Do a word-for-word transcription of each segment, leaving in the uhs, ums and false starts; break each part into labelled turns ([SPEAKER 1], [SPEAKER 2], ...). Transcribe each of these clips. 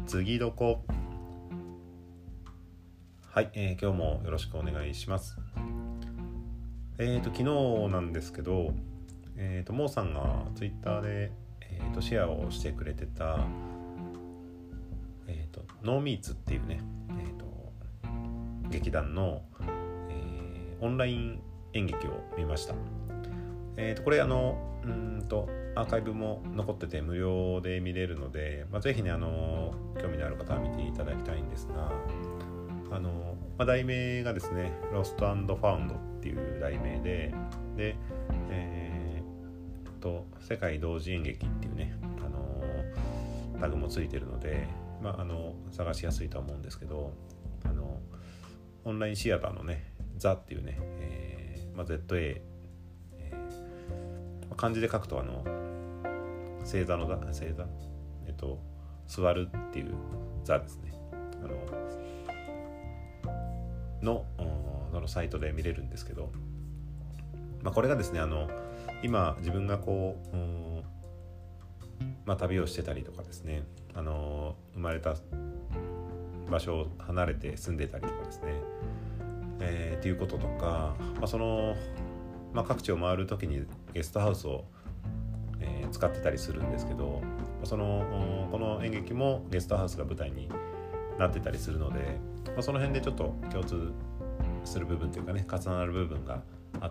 [SPEAKER 1] 次どこ。はい、えー、今日もよろしくお願いします。えーと昨日なんですけど、えーとモーさんがツイッターで、えーとシェアをしてくれてた、えーとノーミーツっていうね、えーと劇団の、えー、オンライン演劇を見ました。えーとこれあのうーんとアーカイブも残ってて無料で見れるので、まあ、ぜひねあの興味のある方は見ていただきたいんですが、あの、まあ、題名がですねロスト&ファウンドっていう題名でで、えー、と世界同時演劇っていうねあのタグもついてるので、まあ、あの探しやすいと思うんですけど、あのオンラインシアターのねザっていうね、えーまあ、ゼットエー、えー、漢字で書くとあの正座の座正座えっと座るっていう座ですね、あののそのサイトで見れるんですけど、まあ、これがですねあの今自分がこう、うんまあ、旅をしてたりとかですね、あの生まれた場所を離れて住んでたりとかですね、えー、っていうこととか、まあそのまあ、各地を回るときにゲストハウスを、えー、使ってたりするんですけど、そのこの演劇もゲストハウスが舞台になってたりするので、まあ、その辺でちょっと共通する部分というかね重なる部分があって、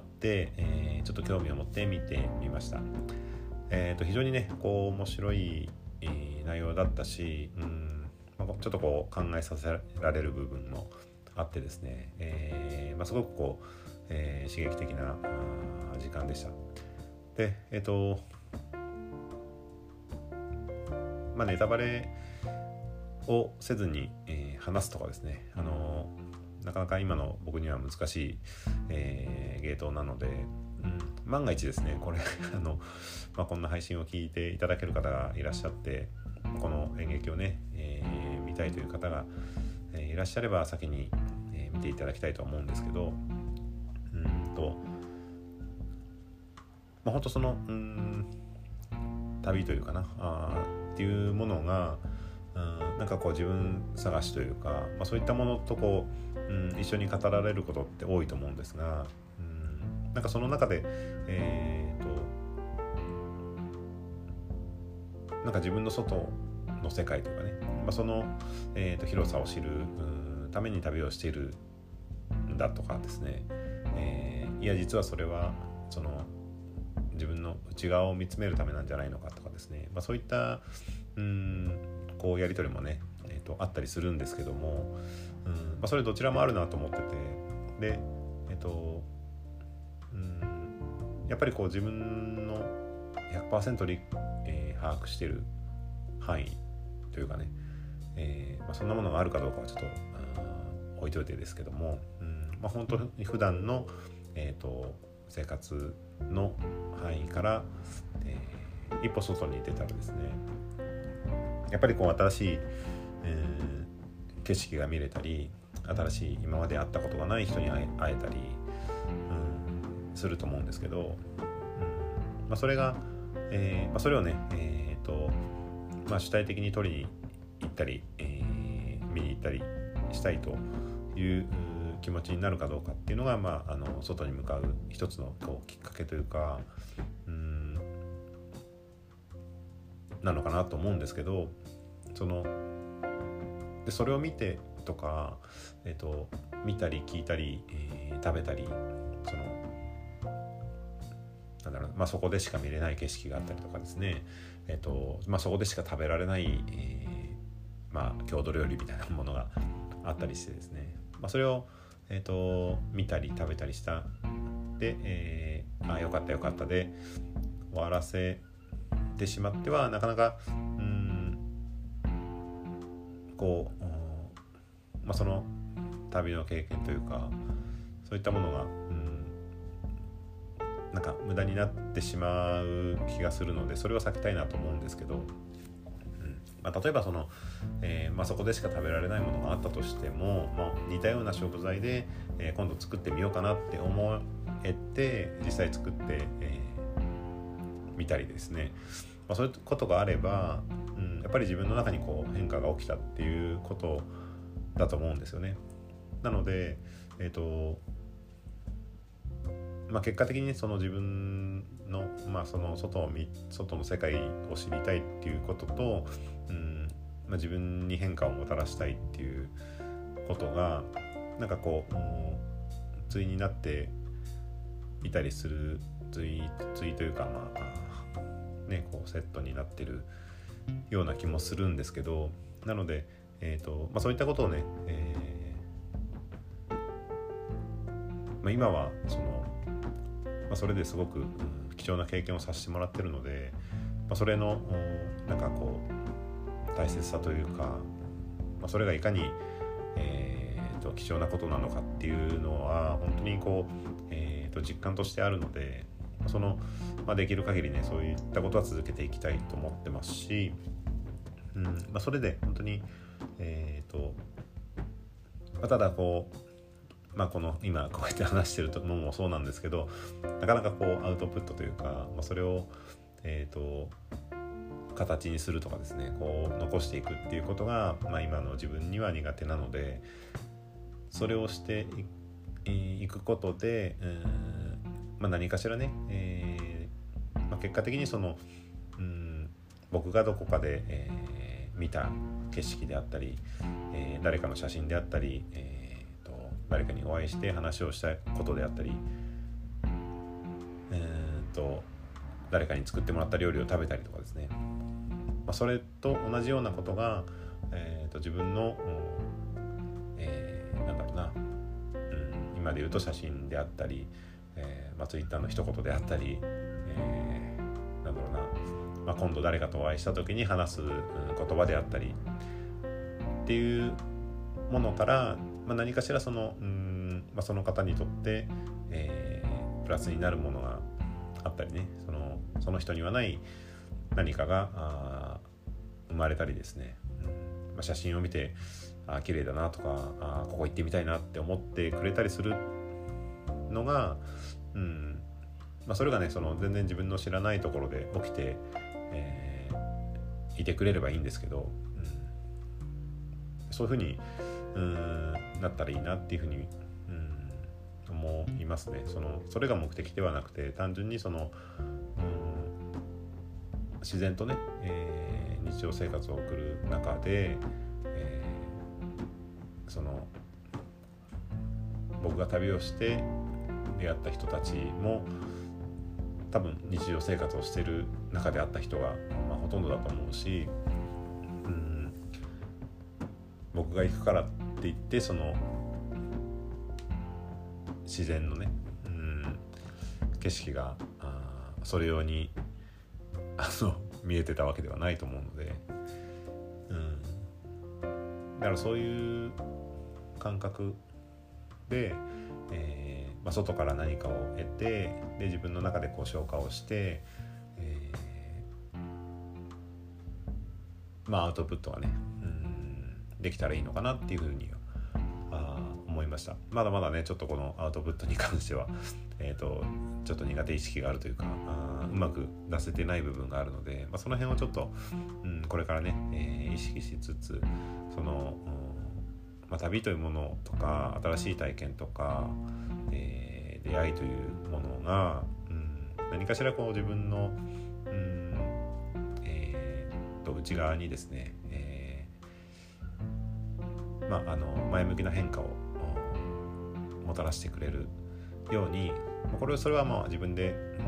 [SPEAKER 1] えー、ちょっと興味を持って見てみました。えー、と非常にねこう面白い、えー、内容だったし、うんまあ、ちょっとこう考えさせられる部分もあってですね、えーまあ、すごくこう、えー、刺激的な時間でした。でえっ、ー、とまあネタバレをせずに、えー、話すとかですね、あのー、なかなか今の僕には難しい、えー、芸当なので、うん、万が一ですねこれあの、まあ、こんな配信を聞いていただける方がいらっしゃって、この演劇をね、えー、見たいという方が、えー、いらっしゃれば先に、えー、見ていただきたいと思うんですけど、うんとまあ本当そのうん旅というかなあっていうものが、うん、なんかこう自分探しというか、まあ、そういったものとこう、うん、一緒に語られることって多いと思うんですが、うん、なんかその中で、えー、となんか自分の外の世界というかね、まあ、その、えー、と広さを知る、うん、ために旅をしているんだとかですね、えー、いや実はそれはその自分の内側を見つめるためなんじゃないのかとかですね、まあ、そういったうーんこうやり取りもね、えー、とあったりするんですけども、うんまあ、それどちらもあるなと思ってて、でえっ、ー、とうんやっぱりこう自分の ひゃくパーセント 理、えー、把握している範囲というかね、えーまあ、そんなものがあるかどうかはちょっと置いといてですけども、うんまあ、本当に普段の、えー、と生活の範囲から、えー、一歩外に出たらですね、やっぱりこう新しい、えー、景色が見れたり、新しい今まで会ったことがない人に会 え, 会えたり、うん、すると思うんですけど、うんまあ、それが、えーまあ、それをね、えーとまあ、主体的に取りに行ったり、えー、見に行ったりしたいという気持ちになるかどうかっていうのが、まあ、あの外に向かう一つのこうきっかけというか、うーんなのかなと思うんですけど、そのでそれを見てとか、えーと、見たり聞いたり、えー、食べたり、そのなんだろう、まあ、そこでしか見れない景色があったりとかですね、えーとまあ、そこでしか食べられない、えーまあ、郷土料理みたいなものがあったりしてですね、まあ、それをえーと、見たり食べたりしたで、えー、あよかったよかったで終わらせてしまってはなかなかうーんこう、まあ、その旅の経験というかそういったものがうんなんか無駄になってしまう気がするので、それを避けたいなと思うんですけど、まあ、例えばその、えーまあ、そこでしか食べられないものがあったとしても、まあ、似たような食材で、えー、今度作ってみようかなって思えて実際作って、えー、みたりですね、まあ、そういうことがあれば、うん、 やっぱり自分の中にこう変化が起きたっていうことだと思うんですよね。なので、えーとまあ、結果的にその自分の、まあ、その外を見外の世界を知りたいっていうことと、うんまあ、自分に変化をもたらしたいっていうことがなんかこう対になっていたりする対対というかまあねこうセットになってるような気もするんですけど、なので、えーとまあ、そういったことをね、えーまあ、今はその、まあ、それですごく、うん、貴重な経験をさせてもらってるので、まあ、それのなんかこう大切さというか、まあ、それがいかに、えーと貴重なことなのかっていうのは本当にこう、えーと実感としてあるので、その、まあ、できる限りねそういったことは続けていきたいと思ってますし、うんまあ、それで本当にえーと、まあ、ただこう、まあ、この今こうやって話してるのもそうなんですけど、なかなかこうアウトプットというか、まあ、それをえーと形にするとかですねこう残していくっていうことが、まあ、今の自分には苦手なので、それをしてい、いくことで、うんまあ、何かしらね、えーまあ、結果的にその、うん、僕がどこかで、えー、見た景色であったり、えー、誰かの写真であったり、えー、と誰かにお会いして話をしたことであったり、えー、と誰かに作ってもらった料理を食べたりとかですね、まあ、それと同じようなことが、えー、と自分の、えー、なんだろうな、うん、今で言うと写真であったり、えーまあ、Twitter の一言であったり、えー、なんだろうな、まあ、今度誰かとお会いした時に話す、うん、言葉であったりっていうものから、まあ、何かしらその、うんまあ、その方にとって、えー、プラスになるものがあったりね、その、その人にはない何かがあ生まれたりですね、うんまあ、写真を見てあ綺麗だなとかあここ行ってみたいなって思ってくれたりするのが、うんまあ、それがねその全然自分の知らないところで起きて、えー、いてくれればいいんですけど、うん、そういうふうにうんなったらいいなっていうふうに、うん、思いますね。そのそれが目的ではなくて、単純にその、うん、自然とね、えー、日常生活を送る中で、えー、その僕が旅をして出会った人たちも多分日常生活をしている中で会った人が、まあ、ほとんどだと思うし、うん、僕が行くからって言ってその自然のね、うん、景色があそれ用にあの見えてたわけではないと思うので、うん、だからそういう感覚で、えーまあ、外から何かを得てで自分の中でこう消化をして、えー、まあアウトプットがね、うん、できたらいいのかなっていうふうにあ思いました。まだまだねちょっとこのアウトプットに関しては、えーと、ちょっと苦手意識があるというかあうまく出せてない部分があるので、まあ、その辺をちょっと、うん、これからね、えー、意識しつつその、うんまあ、旅というものとか新しい体験とか、えー、出会いというものが、うん、何かしらこう自分の、うんえー、と内側にですね、えーまあ、あの前向きな変化をもたらしてくれるように、これをそれはまあ自分で、うん、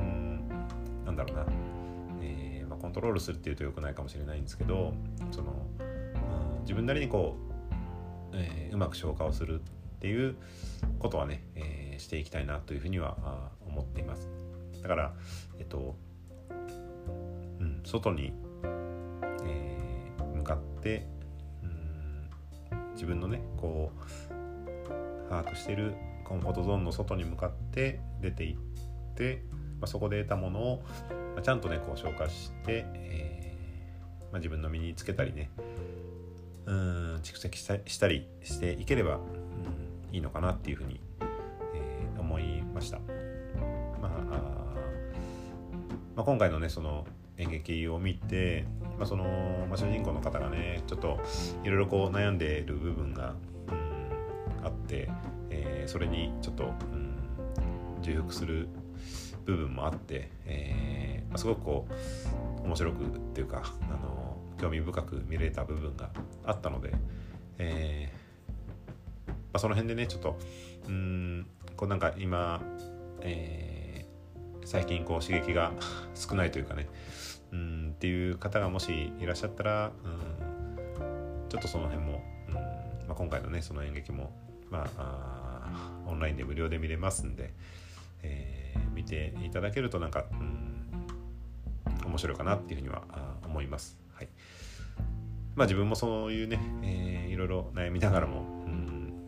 [SPEAKER 1] なんだろうな、えーまあ、コントロールするっていうと良くないかもしれないんですけど、その、うん、自分なりにこうえー、うまく消化をするっていうことはね、えー、していきたいなというふうには思っています。だからえっと、うん、外に、えー、向かって、うん、自分のねこう把握しているコンフォートゾーンの外に向かって出ていって、まあ、そこで得たものを、まあ、ちゃんとねこう消化して、えーまあ、自分の身につけたりねうん蓄積した、したりしていければ、うん、いいのかなっていうふうに、えー、思いました。まあ、あまあ今回のねその演劇を見て、まあそのまあ、主人公の方がねちょっといろいろこう悩んでいる部分が、うん、あって、えー、それにちょっと、うん、重複する部分もあって、えーまあ、すごくこう面白くっていうか、あの興味深く見れた部分があったので、えーまあ、その辺でねちょっとうーんこうなんか今、えー、最近こう刺激が少ないというかねうんっていう方がもしいらっしゃったら、うんちょっとその辺も、うんまあ、今回のねその演劇も、まあ、あオンラインで無料で見れますんで、えー、見ていただけるとなんか、うん、面白いかなっていうふうには思います。はい。まあ自分もそういうね、えー、いろいろ悩みながらも、うん、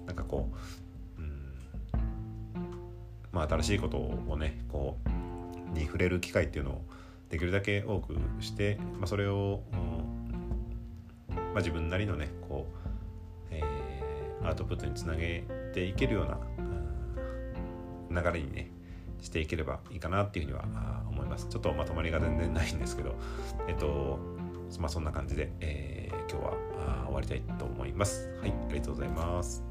[SPEAKER 1] なんかこう、うん、まあ新しいことをねこうに触れる機会っていうのをできるだけ多くして、まあ、それを、うんまあ、自分なりのねこう、えー、アウトプットにつなげていけるような、うん、流れにねしていければいいかなっていうふうには思います。ちょっとまとまりが全然ないんですけど、えっとまあそんな感じで、えー、今日は終わりたいと思います。はい、ありがとうございます。